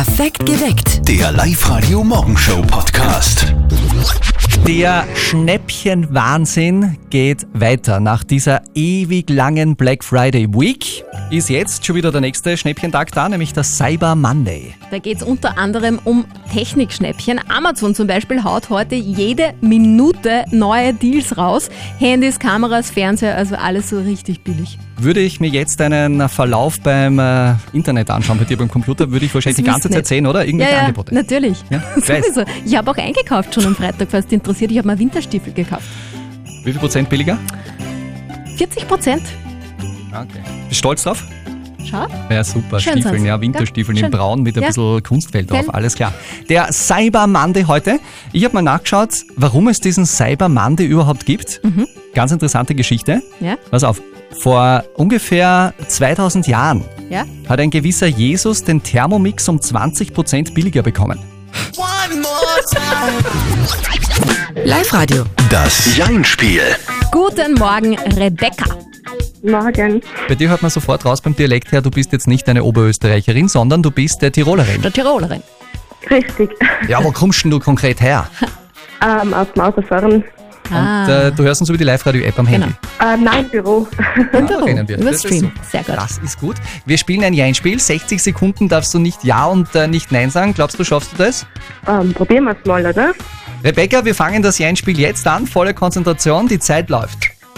Perfekt geweckt. Der Live-Radio-Morgenshow-Podcast. Der Schnäppchen-Wahnsinn geht weiter. Nach dieser ewig langen Black Friday Week ist jetzt schon wieder der nächste Schnäppchentag da, nämlich der Cyber Monday. Da geht es unter anderem um Technikschnäppchen. Amazon zum Beispiel haut heute jede Minute neue Deals raus. Handys, Kameras, Fernseher, also alles so richtig billig. Würde ich mir jetzt einen Verlauf beim Internet anschauen, bei dir beim Computer, würde ich wahrscheinlich die ganze Zeit sehen, oder? Irgendwelche Angebote. Natürlich. Ja, Sowieso. Ich habe auch eingekauft schon am Freitag, falls dich interessiert. Ich habe mal Winterstiefel gekauft. Wie viel Prozent billiger? 40%. Okay. Bist du stolz drauf? Schau. Ja, super. Schön Stiefeln, sind's. ja, Winterstiefeln Ja, in schön. Braun mit ein Ja. bisschen Kunstfeld drauf, Gell? alles klar. Der Cyber Monday heute. Ich habe mal nachgeschaut, warum es diesen Cyber Monday überhaupt gibt. Ganz interessante Geschichte. Ja, Pass auf, vor ungefähr 2000 Jahren ja. hat ein gewisser Jesus den Thermomix um 20% billiger bekommen. Live-Radio. Das Jein-Spiel. Guten Morgen, Rebecca. Morgen. Bei dir hört man sofort raus beim Dialekt her, du bist jetzt nicht eine Oberösterreicherin, sondern du bist der Tirolerin. Der Tirolerin. Richtig. Ja, wo kommst denn du konkret her? Aus Mauserfahren. Und du hörst uns über die Live-Radio-App am Handy. Nein, Büro. Im Büro. kennen wir. Über Das ist Stream. super. Sehr gut. Das ist gut. Wir spielen ein Jein-Spiel. 60 Sekunden darfst du nicht Ja und nicht Nein sagen. Glaubst du, schaffst du das? Probieren wir es mal, oder? Rebecca, wir fangen das Jein-Spiel jetzt an. Volle Konzentration, die Zeit läuft.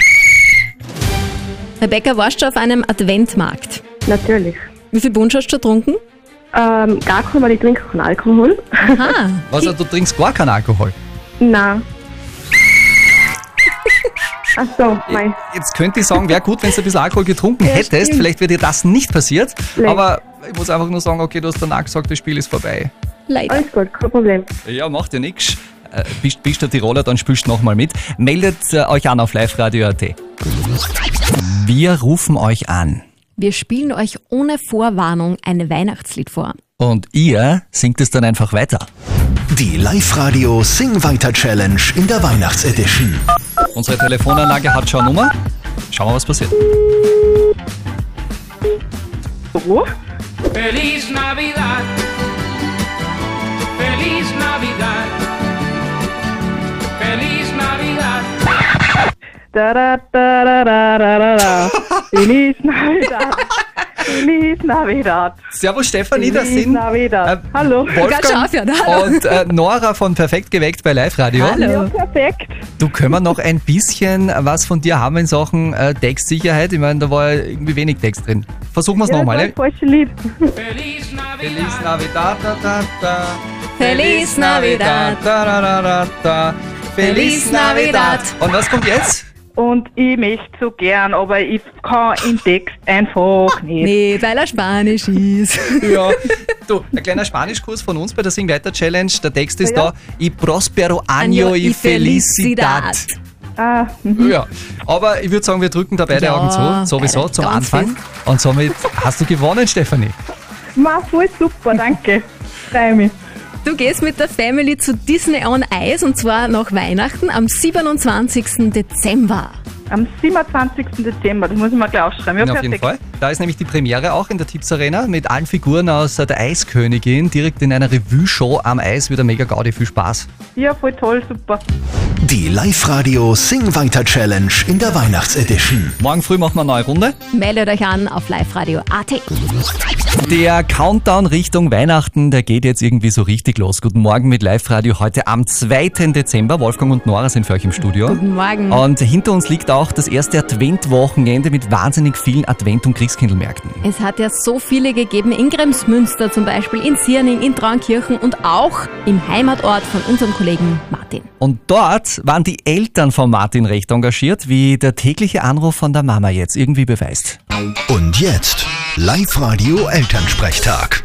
Rebecca, warst du auf einem Adventmarkt? Natürlich. Wie viel Punsch hast du getrunken? Gar kein, weil ich trinke keinen Alkohol. Aha. Also du trinkst gar keinen Alkohol. Nein. Ach so, mei. Jetzt könnte ich sagen, wäre gut, wenn du ein bisschen Alkohol getrunken hättest. stimmt. Vielleicht wäre dir das nicht passiert. Vielleicht. Aber ich muss einfach nur sagen, okay, du hast danach gesagt, das Spiel ist vorbei. Leider. Alles gut, kein Problem. Ja, macht ja nichts. Bist der Tiroler, dann spielst du nochmal mit. Meldet euch an auf liveradio.at. Wir rufen euch an. Wir spielen euch ohne Vorwarnung ein Weihnachtslied vor. Und ihr singt es dann einfach weiter. Die Live-Radio Sing-Weiter-Challenge in der Weihnachtsedition. Unsere Telefonanlage hat schon eine Nummer. Schauen wir, was passiert. Wo? Feliz Navidad. Feliz Navidad. Feliz Navidad. Da. Feliz Navidad. Feliz Navidad. Servus Stefanie, das Feliz sind Navidad. Hallo. Ganz schön aufhören, hallo. und Nora von Perfekt geweckt bei Live Radio. Hallo. Perfekt. Du, können wir noch ein bisschen was von dir haben in Sachen Textsicherheit? Ich meine, da war ja irgendwie wenig Text drin. Versuchen wir es nochmal. Das war ein falsches Lied. Feliz Feliz Navidad. Navidad, da, da, da. Feliz Navidad. Da, da, da, da, da. Feliz Navidad. Und was kommt jetzt? Und ich möchte so gern, aber ich kann im Text einfach nicht. Nee, weil er Spanisch ist. Ja, du, ein kleiner Spanischkurs von uns bei der Sing-Weiter-Challenge. Der Text ist Ja. da. Y prospero año y felicidad. Ja, aber ich würde sagen, wir drücken da beide Ja, Augen zu, sowieso beide, zum ganz Anfang. Und somit hast du gewonnen, Stefanie. Ma, voll super, danke. Freue mich. Du gehst mit der Family zu Disney on Ice und zwar nach Weihnachten am 27. Dezember. Am 27. Dezember, das muss ich mal gleich aufschreiben. Ja, Ja, auf perfekt. jeden Fall. Da ist nämlich die Premiere auch in der Tipps Arena mit allen Figuren aus der Eiskönigin, direkt in einer Revue-Show am Eis. Wieder mega Gaudi, viel Spaß. Ja, voll toll, super. Die Live-Radio Sing-Weiter-Challenge in der Weihnachtsedition. Morgen früh machen wir eine neue Runde. Meldet euch an auf liveradio.at. Der Countdown Richtung Weihnachten, der geht jetzt irgendwie so richtig los. Guten Morgen mit Live-Radio heute am 2. Dezember. Wolfgang und Nora sind für euch im Studio. Guten Morgen. Und hinter uns liegt auch das erste Adventwochenende mit wahnsinnig vielen Advent- und Christkindlmärkten. Es hat ja so viele gegeben, in Kremsmünster zum Beispiel, in Sierning, in Traunkirchen und auch im Heimatort von unserem Kollegen Martin. Und dort waren die Eltern von Martin recht engagiert, wie der tägliche Anruf von der Mama jetzt irgendwie beweist. Und jetzt Live-Radio Elternsprechtag.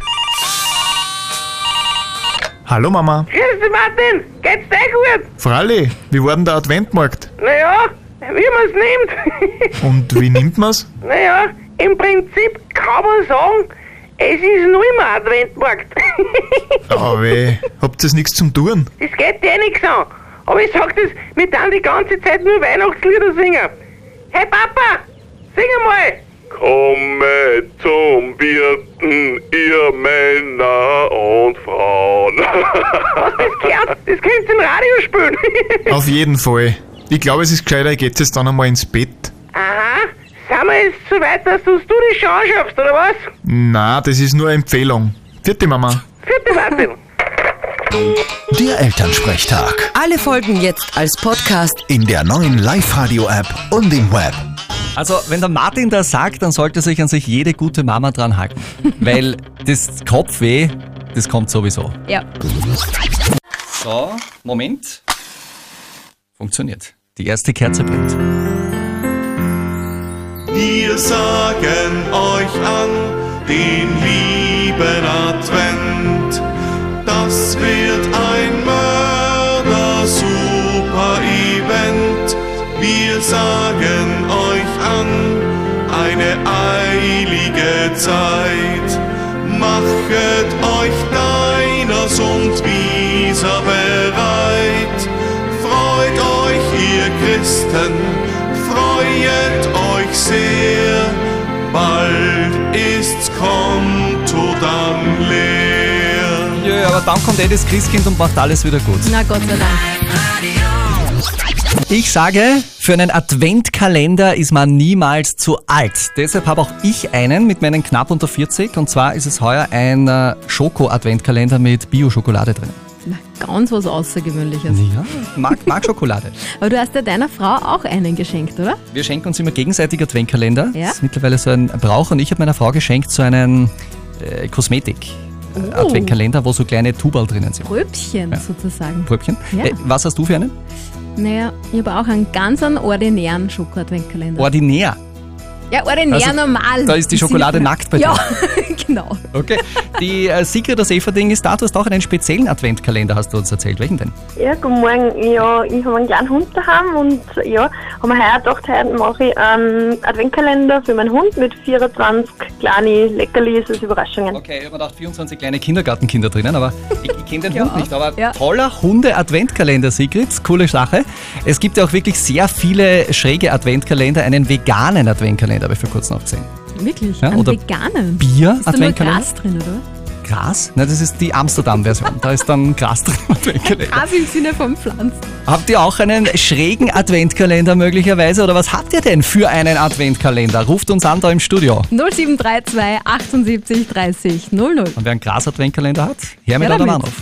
Hallo Mama. Grüß dich, Martin. Geht's dir gut? Fralli, wie war denn der Adventmarkt? Naja, wie man's nimmt. Und wie nimmt man's? Naja, im Prinzip kann man sagen, es ist nur immer Adventmarkt. Aber habt ihr nichts zum Tun? Das geht dir nichts an. Aber ich sag das, wir dann die ganze Zeit nur Weihnachtslieder singen. Hey Papa, sing einmal. Kommet zum Wirten, ihr Männer und Frauen. Das könntest du im Radio spielen. Auf jeden Fall. Ich glaube, es ist gescheiter, ich gehe jetzt dann einmal ins Bett. Aha, sind wir jetzt so weit, dass du das schon anschaffst, oder was? Na, das ist nur eine Empfehlung. Vierte Mama. Vierte Martin. Der Elternsprechtag. Alle Folgen jetzt als Podcast. In der neuen Live-Radio-App und im Web. Also, wenn der Martin das sagt, dann sollte sich an sich jede gute Mama dran halten. Weil das Kopfweh, das kommt sowieso. Ja. So, Moment. Funktioniert. Die erste Kerze brennt. Wir sagen euch an den lieben Advent. Das wird ein Mörder-Super-Event. Wir sagen euch an, eine eilige Zeit. Machet euch Diners und Visa bereit. Freut euch, ihr Christen, freuet euch sehr. Bald ist's Konto dann leer. Ja, aber dann kommt das Christkind und macht alles wieder gut. Na Gott sei Dank. Ich sage, für einen Adventkalender ist man niemals zu alt. Deshalb habe auch ich einen mit meinen knapp unter 40. Und zwar ist es heuer ein Schoko-Adventkalender mit Bio-Schokolade drin. Na, ganz was Außergewöhnliches. Ja, mag Schokolade. Aber du hast ja deiner Frau auch einen geschenkt, oder? Wir schenken uns immer gegenseitig Adventkalender. Ja? Das ist mittlerweile so ein Brauch. Und ich habe meiner Frau geschenkt so einen Kosmetik-Adventkalender, wo so kleine Tuberl drinnen sind. Pröbchen sozusagen. Pröbchen. Ja. Was hast du für einen? Naja, ich habe auch einen ganz ordinären Schoko-Adventkalender. Ordinär. Ja, ordinär, Also, normal. da ist die Schokolade nackt bei dir. Ja, genau. Okay. Die Sigrid aus Everding ist da. Du hast auch einen speziellen Adventkalender, hast du uns erzählt. Welchen denn? Ja, guten Morgen. Ja, ich habe einen kleinen Hund daheim und ja, haben wir heuer gedacht, heute mache ich einen Adventkalender für meinen Hund mit 24 kleine Leckerlis als Überraschungen. Okay, ich habe mir gedacht, 24 kleine Kindergartenkinder drinnen, aber ich kenne den Hund nicht. Aber Ja. toller Hunde-Adventkalender, Sigrid. Coole Sache. Es gibt ja auch wirklich sehr viele schräge Adventkalender. Einen veganen Adventkalender habe ich vor kurzem noch gesehen. Wirklich? Ja, Einen oder veganen? Bier Ist da nur Adventkalender? Gras drin, oder? Gras? Nein, das ist die Amsterdam-Version. Da ist dann Gras drin im Adventkalender. Gras im Sinne von Pflanzen. Habt ihr auch einen schrägen Adventkalender möglicherweise? Oder was habt ihr denn für einen Adventkalender? Ruft uns an da im Studio. 0732 78 30 00. Und wer einen Gras-Adventkalender hat, her mit Ja, eurem damit. Anruf.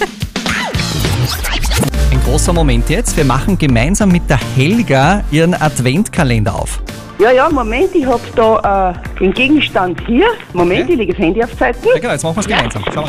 Ein großer Moment jetzt. Wir machen gemeinsam mit der Helga ihren Adventkalender auf. Ja, Moment, ich hab da den Gegenstand hier. Moment, Okay. ich lege das Handy auf Seiten. Ja, genau, jetzt machen wir es gemeinsam. Schau mal.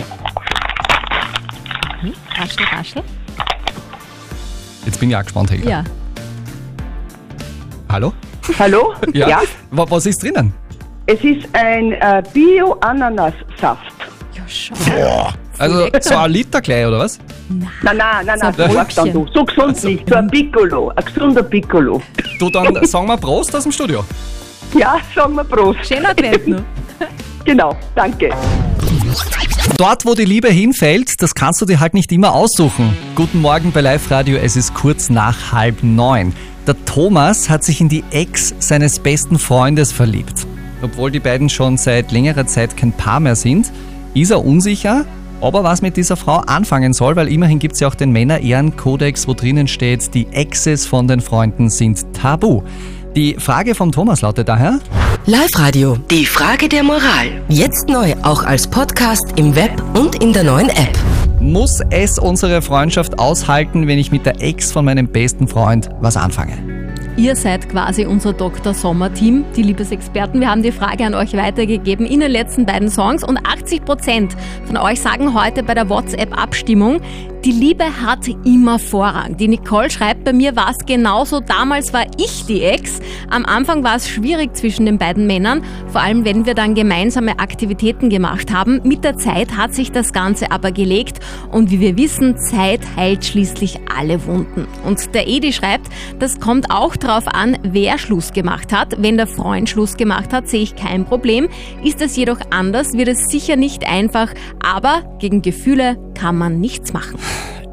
Raschel, raschel. Jetzt bin ich auch gespannt, Helga. Ja. Hallo? Hallo? Ja. Was ist drinnen? Es ist ein Bio-Ananas-Saft. Ja, schau. Also so ein Liter gleich, oder was? Nein, So ein Vorstand, du. So gesund nicht. So ein Piccolo, ein gesunder Piccolo. Du, dann sagen wir Prost aus dem Studio. Ja, sagen wir Prost. Schönen Advent noch. Genau, danke. Dort, wo die Liebe hinfällt, das kannst du dir halt nicht immer aussuchen. Guten Morgen bei Live Radio, es ist kurz nach 8:30. Der Thomas hat sich in die Ex seines besten Freundes verliebt. Obwohl die beiden schon seit längerer Zeit kein Paar mehr sind, ist er unsicher, ob er was mit dieser Frau anfangen soll, weil immerhin gibt es ja auch den Männer-Ehren-Kodex, wo drinnen steht, die Exes von den Freunden sind tabu. Die Frage vom Thomas lautet daher: Live-Radio, die Frage der Moral. Jetzt neu, auch als Podcast im Web und in der neuen App. Muss es unsere Freundschaft aushalten, wenn ich mit der Ex von meinem besten Freund was anfange? Ihr seid quasi unser Dr. Sommer-Team, die Liebesexperten. Wir haben die Frage an euch weitergegeben in den letzten beiden Songs und 80% von euch sagen heute bei der WhatsApp-Abstimmung, die Liebe hat immer Vorrang. Die Nicole schreibt, bei mir war es genauso. Damals war ich die Ex. Am Anfang war es schwierig zwischen den beiden Männern, vor allem wenn wir dann gemeinsame Aktivitäten gemacht haben. Mit der Zeit hat sich das Ganze aber gelegt und wie wir wissen, Zeit heilt schließlich alle Wunden. Und der Edi schreibt, das kommt auch drauf an, wer Schluss gemacht hat. Wenn der Freund Schluss gemacht hat, sehe ich kein Problem. Ist es jedoch anders, wird es sicher nicht einfach, aber gegen Gefühle kann man nichts machen.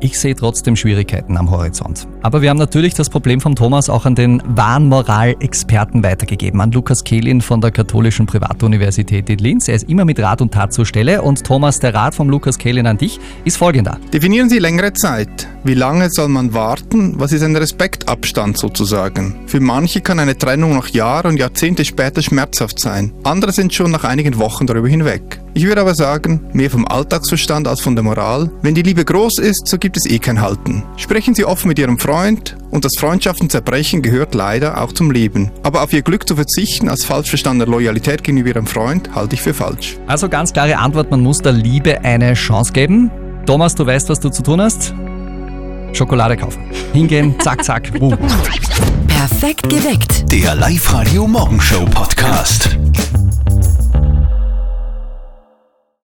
Ich sehe trotzdem Schwierigkeiten am Horizont. Aber wir haben natürlich das Problem vom Thomas auch an den wahren Moralexperten weitergegeben, an Lukas Kehlin von der Katholischen Privatuniversität in Linz. Er ist immer mit Rat und Tat zur Stelle. Und Thomas, der Rat vom Lukas Kehlin an dich ist folgender. Definieren Sie längere Zeit. Wie lange soll man warten? Was ist ein Respektabstand sozusagen? Für manche kann eine Trennung noch Jahre und Jahrzehnte später schmerzhaft sein. Andere sind schon nach einigen Wochen darüber hinweg. Ich würde aber sagen, mehr vom Alltagsverstand als von der Moral. Wenn die Liebe groß ist, so gibt es kein Halten. Sprechen Sie offen mit Ihrem Freund und das Freundschaften zerbrechen gehört leider auch zum Leben. Aber auf Ihr Glück zu verzichten als falsch verstandene Loyalität gegenüber Ihrem Freund halte ich für falsch. Also ganz klare Antwort, man muss der Liebe eine Chance geben. Thomas, du weißt, was du zu tun hast? Schokolade kaufen. Hingehen, zack, zack, boom. Perfekt geweckt. Der Live-Radio Morgenshow Podcast.